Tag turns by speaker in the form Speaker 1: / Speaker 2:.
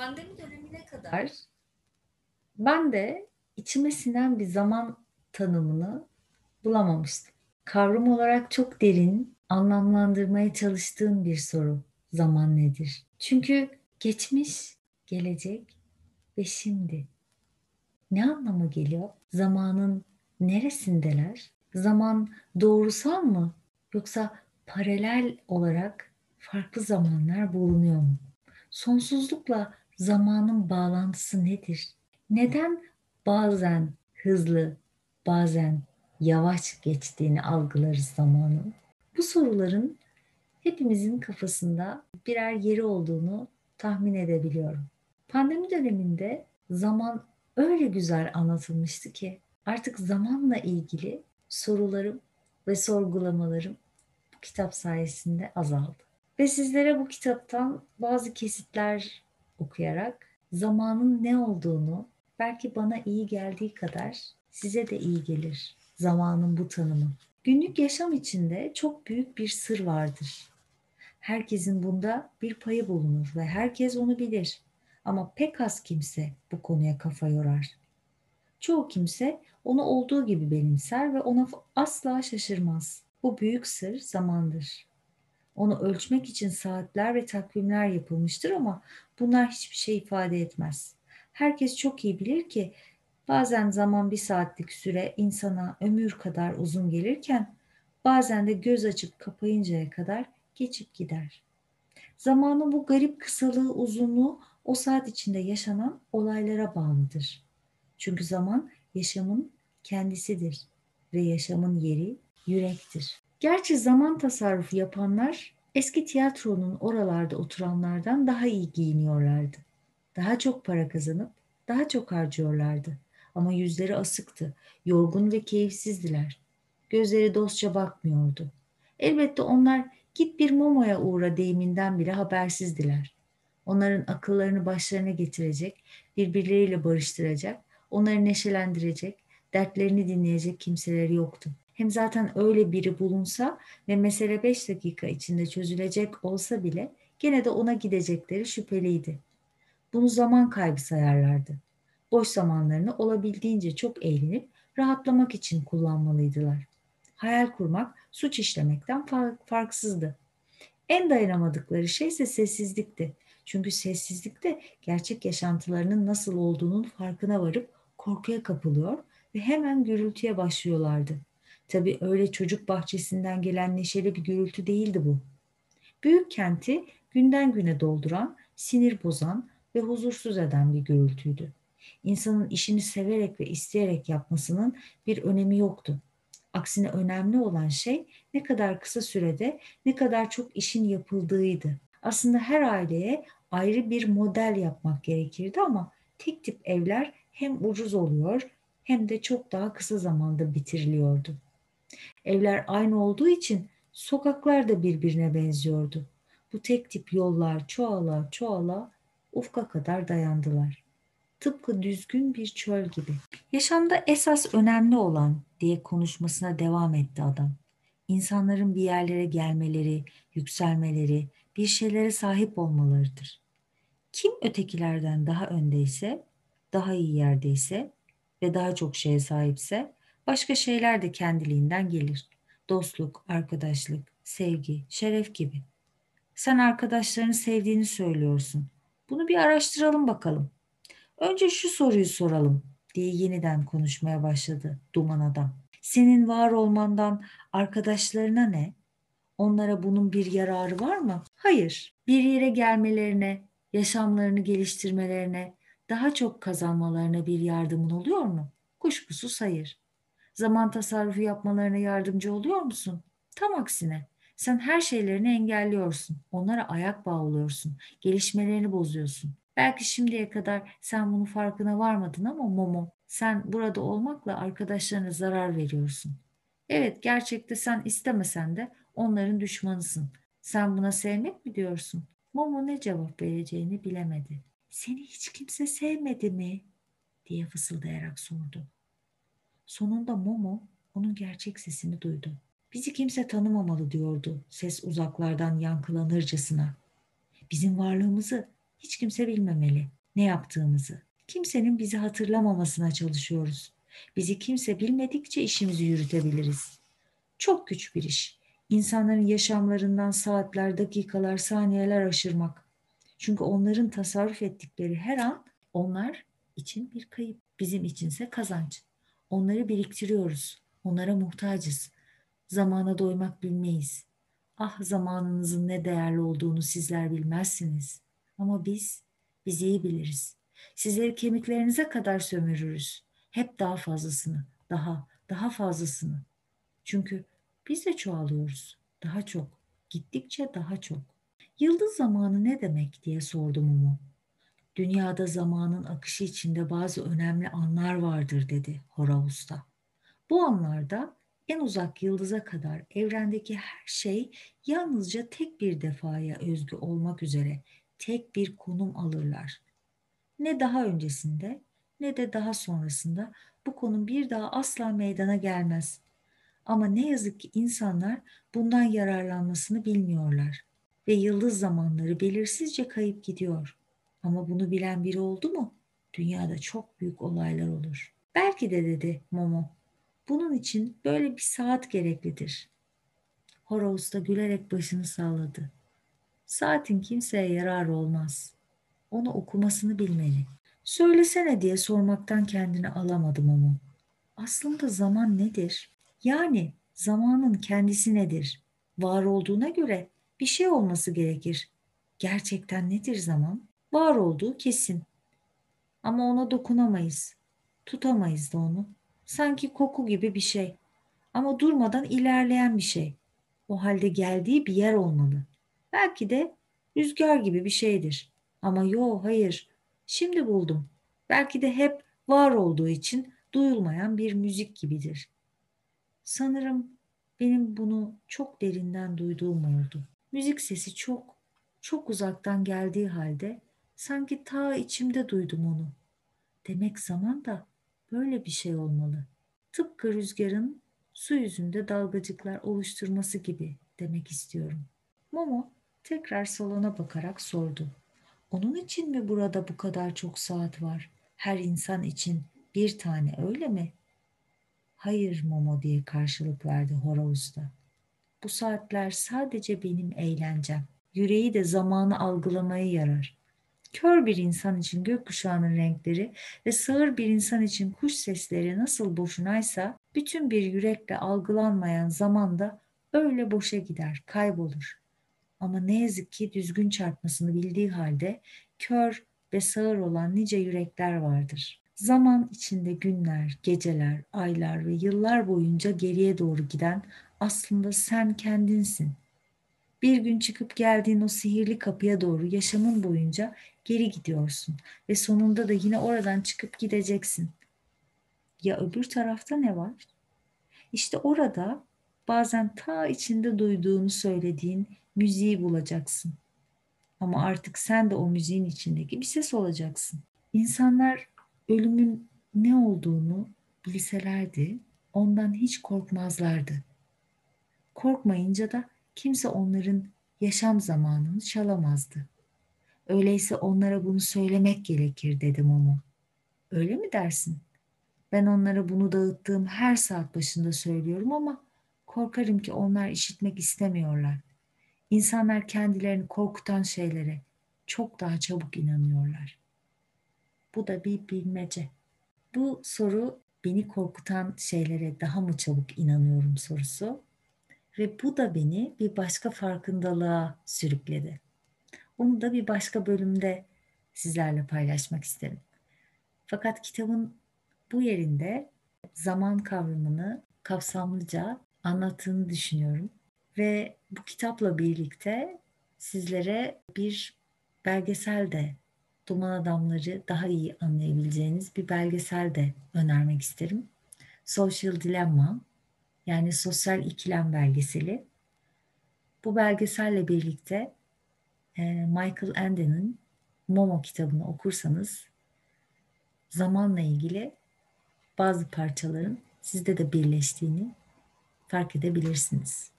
Speaker 1: Pandemi dönemine kadar ben de içime sinen bir zaman tanımını bulamamıştım. Kavram olarak çok derin, anlamlandırmaya çalıştığım bir soru. Zaman nedir? Çünkü geçmiş, gelecek ve şimdi ne anlama geliyor? Zamanın neresindeler? Zaman doğrusal mı? Yoksa paralel olarak farklı zamanlar bulunuyor mu? Sonsuzlukla zamanın bağlantısı nedir? Neden bazen hızlı, bazen yavaş geçtiğini algılarız zamanın? Bu soruların hepimizin kafasında birer yeri olduğunu tahmin edebiliyorum. Pandemi döneminde zaman öyle güzel anlatılmıştı ki artık zamanla ilgili sorularım ve sorgulamalarım bu kitap sayesinde azaldı. Ve sizlere bu kitaptan bazı kesitler okuyarak zamanın ne olduğunu belki bana iyi geldiği kadar size de iyi gelir zamanın bu tanımı. Günlük yaşam içinde çok büyük bir sır vardır. Herkesin bunda bir payı bulunur ve herkes onu bilir. Ama pek az kimse bu konuya kafa yorar. Çoğu kimse onu olduğu gibi benimser ve ona asla şaşırmaz. Bu büyük sır zamandır. Onu ölçmek için saatler ve takvimler yapılmıştır ama bunlar hiçbir şey ifade etmez. Herkes çok iyi bilir ki bazen zaman bir saatlik süre insana ömür kadar uzun gelirken bazen de göz açıp kapayıncaya kadar geçip gider. Zamanın bu garip kısalığı, uzunluğu o saat içinde yaşanan olaylara bağlıdır. Çünkü zaman yaşamın kendisidir ve yaşamın yeri yürektir. Gerçi zaman tasarrufu yapanlar eski tiyatronun oralarda oturanlardan daha iyi giyiniyorlardı. Daha çok para kazanıp daha çok harcıyorlardı. Ama yüzleri asıktı, yorgun ve keyifsizdiler. Gözleri dostça bakmıyordu. Elbette onlar git bir Momo'ya uğra deyiminden bile habersizdiler. Onların akıllarını başlarına getirecek, birbirleriyle barıştıracak, onları neşelendirecek, dertlerini dinleyecek kimseleri yoktu. Hem zaten öyle biri bulunsa ve mesele 5 dakika içinde çözülecek olsa bile gene de ona gidecekleri şüpheliydi. Bunu zaman kaybı sayarlardı. Boş zamanlarını olabildiğince çok eğlenip rahatlamak için kullanmalıydılar. Hayal kurmak suç işlemekten farksızdı. En dayanamadıkları şey ise sessizlikti. Çünkü sessizlikte gerçek yaşantılarının nasıl olduğunun farkına varıp korkuya kapılıyor ve hemen gürültüye başlıyorlardı. Tabii öyle çocuk bahçesinden gelen neşeli bir gürültü değildi bu. Büyük kenti günden güne dolduran, sinir bozan ve huzursuz eden bir gürültüydü. İnsanın işini severek ve isteyerek yapmasının bir önemi yoktu. Aksine önemli olan şey ne kadar kısa sürede ne kadar çok işin yapıldığıydı. Aslında her aileye ayrı bir model yapmak gerekirdi ama tek tip evler hem ucuz oluyor hem de çok daha kısa zamanda bitiriliyordu. Evler aynı olduğu için sokaklar da birbirine benziyordu. Bu tek tip yollar çoğala çoğala ufka kadar dayandılar. Tıpkı düzgün bir çöl gibi. Yaşamda esas önemli olan diye konuşmasına devam etti adam. İnsanların bir yerlere gelmeleri, yükselmeleri, bir şeylere sahip olmalarıdır. Kim ötekilerden daha öndeyse, daha iyi yerdeyse ve daha çok şeye sahipse başka şeyler de kendiliğinden gelir. Dostluk, arkadaşlık, sevgi, şeref gibi. Sen arkadaşlarını sevdiğini söylüyorsun. Bunu bir araştıralım bakalım. Önce şu soruyu soralım diye yeniden konuşmaya başladı duman adam. Senin var olmandan arkadaşlarına ne? Onlara bunun bir yararı var mı? Hayır. Bir yere gelmelerine, yaşamlarını geliştirmelerine, daha çok kazanmalarına bir yardımın oluyor mu? Kuşkusuz hayır. Zaman tasarrufu yapmalarına yardımcı oluyor musun? Tam aksine. Sen her şeylerini engelliyorsun. Onlara ayak bağlıyorsun. Gelişmelerini bozuyorsun. Belki şimdiye kadar sen bunun farkına varmadın ama Momo, sen burada olmakla arkadaşlarına zarar veriyorsun. Evet, gerçekte sen istemesen de onların düşmanısın. Sen buna sevmek mi diyorsun? Momo ne cevap vereceğini bilemedi. Seni hiç kimse sevmedi mi? Diye fısıldayarak sordu. Sonunda Momo onun gerçek sesini duydu. Bizi kimse tanımamalı diyordu ses uzaklardan yankılanırcasına. Bizim varlığımızı Hiç kimse bilmemeli ne yaptığımızı. Kimsenin bizi hatırlamamasına çalışıyoruz. Bizi kimse bilmedikçe işimizi yürütebiliriz. Çok güç bir iş. İnsanların yaşamlarından saatler, dakikalar, saniyeler aşırmak. Çünkü onların tasarruf ettikleri her an onlar için bir kayıp, bizim içinse kazanç. Onları biriktiriyoruz. Onlara muhtacız. Zamana doymak bilmeyiz. Ah, zamanınızın ne değerli olduğunu sizler bilmezsiniz. Ama biz iyi biliriz. Sizleri kemiklerinize kadar sömürürüz. Hep daha fazlasını, daha fazlasını. Çünkü biz de çoğalıyoruz. Daha çok, gittikçe daha çok. Yıldız zamanı ne demek diye sordum Mumu. Dünyada zamanın akışı içinde bazı önemli anlar vardır dedi Hora Usta. Bu anlarda en uzak yıldıza kadar evrendeki her şey yalnızca tek bir defaya özgü olmak üzere tek bir konum alırlar. Ne daha öncesinde ne de daha sonrasında bu konum bir daha asla meydana gelmez. Ama ne yazık ki insanlar bundan yararlanmasını bilmiyorlar ve yıldız zamanları belirsizce kayıp gidiyor. Ama bunu bilen biri oldu mu? Dünyada çok büyük olaylar olur. Belki de dedi Momo. Bunun için böyle bir saat gereklidir. Horus da gülerek başını salladı. Saatin kimseye yararı olmaz. Onu okumasını bilmeli. Söylesene diye sormaktan kendini alamadı Momo. Aslında zaman nedir? Yani zamanın kendisi nedir? Var olduğuna göre bir şey olması gerekir. Gerçekten nedir zaman? Var olduğu kesin. Ama ona dokunamayız. Tutamayız da onu. Sanki koku gibi bir şey. Ama durmadan ilerleyen bir şey. O halde geldiği bir yer olmalı. Belki de rüzgar gibi bir şeydir. Ama yo, hayır. Şimdi buldum. Belki de hep var olduğu için duyulmayan bir müzik gibidir. Sanırım benim bunu çok derinden duyduğum oldu. Müzik sesi çok uzaktan geldiği halde sanki ta içimde duydum onu. Demek zaman da böyle bir şey olmalı. Tıpkı rüzgarın su yüzünde dalgacıklar oluşturması gibi demek istiyorum. Momo tekrar salona bakarak sordu. Onun için mi burada bu kadar çok saat var? Her insan için bir tane, öyle mi? Hayır Momo diye karşılık verdi Hora Usta. Bu saatler sadece benim eğlencem. Yüreği de zamanı algılamaya yarar. Kör bir insan için gökkuşağının renkleri ve sağır bir insan için kuş sesleri nasıl boşunaysa, bütün bir yürekle algılanmayan zaman da öyle boşa gider, kaybolur. Ama ne yazık ki düzgün çarpmasını bildiği halde kör ve sağır olan nice yürekler vardır. Zaman içinde günler, geceler, aylar ve yıllar boyunca geriye doğru giden aslında sen kendinsin. Bir gün çıkıp geldiğin o sihirli kapıya doğru yaşamın boyunca geri gidiyorsun ve sonunda da yine oradan çıkıp gideceksin. Ya öbür tarafta ne var? İşte orada bazen ta içinde duyduğunu söylediğin müziği bulacaksın. Ama artık sen de o müziğin içindeki bir ses olacaksın. İnsanlar ölümün ne olduğunu bilselerdi ondan hiç korkmazlardı. Korkmayınca da kimse onların yaşam zamanını çalamazdı. Öyleyse onlara bunu söylemek gerekir dedim Momo. Öyle mi dersin? Ben onlara bunu dağıttığım her saat başında söylüyorum ama korkarım ki onlar işitmek istemiyorlar. İnsanlar kendilerini korkutan şeylere çok daha çabuk inanıyorlar. Bu da bir bilmece. Bu soru beni korkutan şeylere daha mı çabuk inanıyorum sorusu ve bu da beni bir başka farkındalığa sürükledi. Onu da bir başka bölümde sizlerle paylaşmak isterim. Fakat kitabın bu yerinde zaman kavramını kapsamlıca anlattığını düşünüyorum. Ve bu kitapla birlikte sizlere bir belgesel de, Duman Adamları daha iyi anlayabileceğiniz bir belgesel de önermek isterim. Social Dilemma, yani sosyal ikilem belgeseli. Bu belgeselle birlikte Michael Ende'nin Momo kitabını okursanız zamanla ilgili bazı parçaların sizde de birleştiğini fark edebilirsiniz.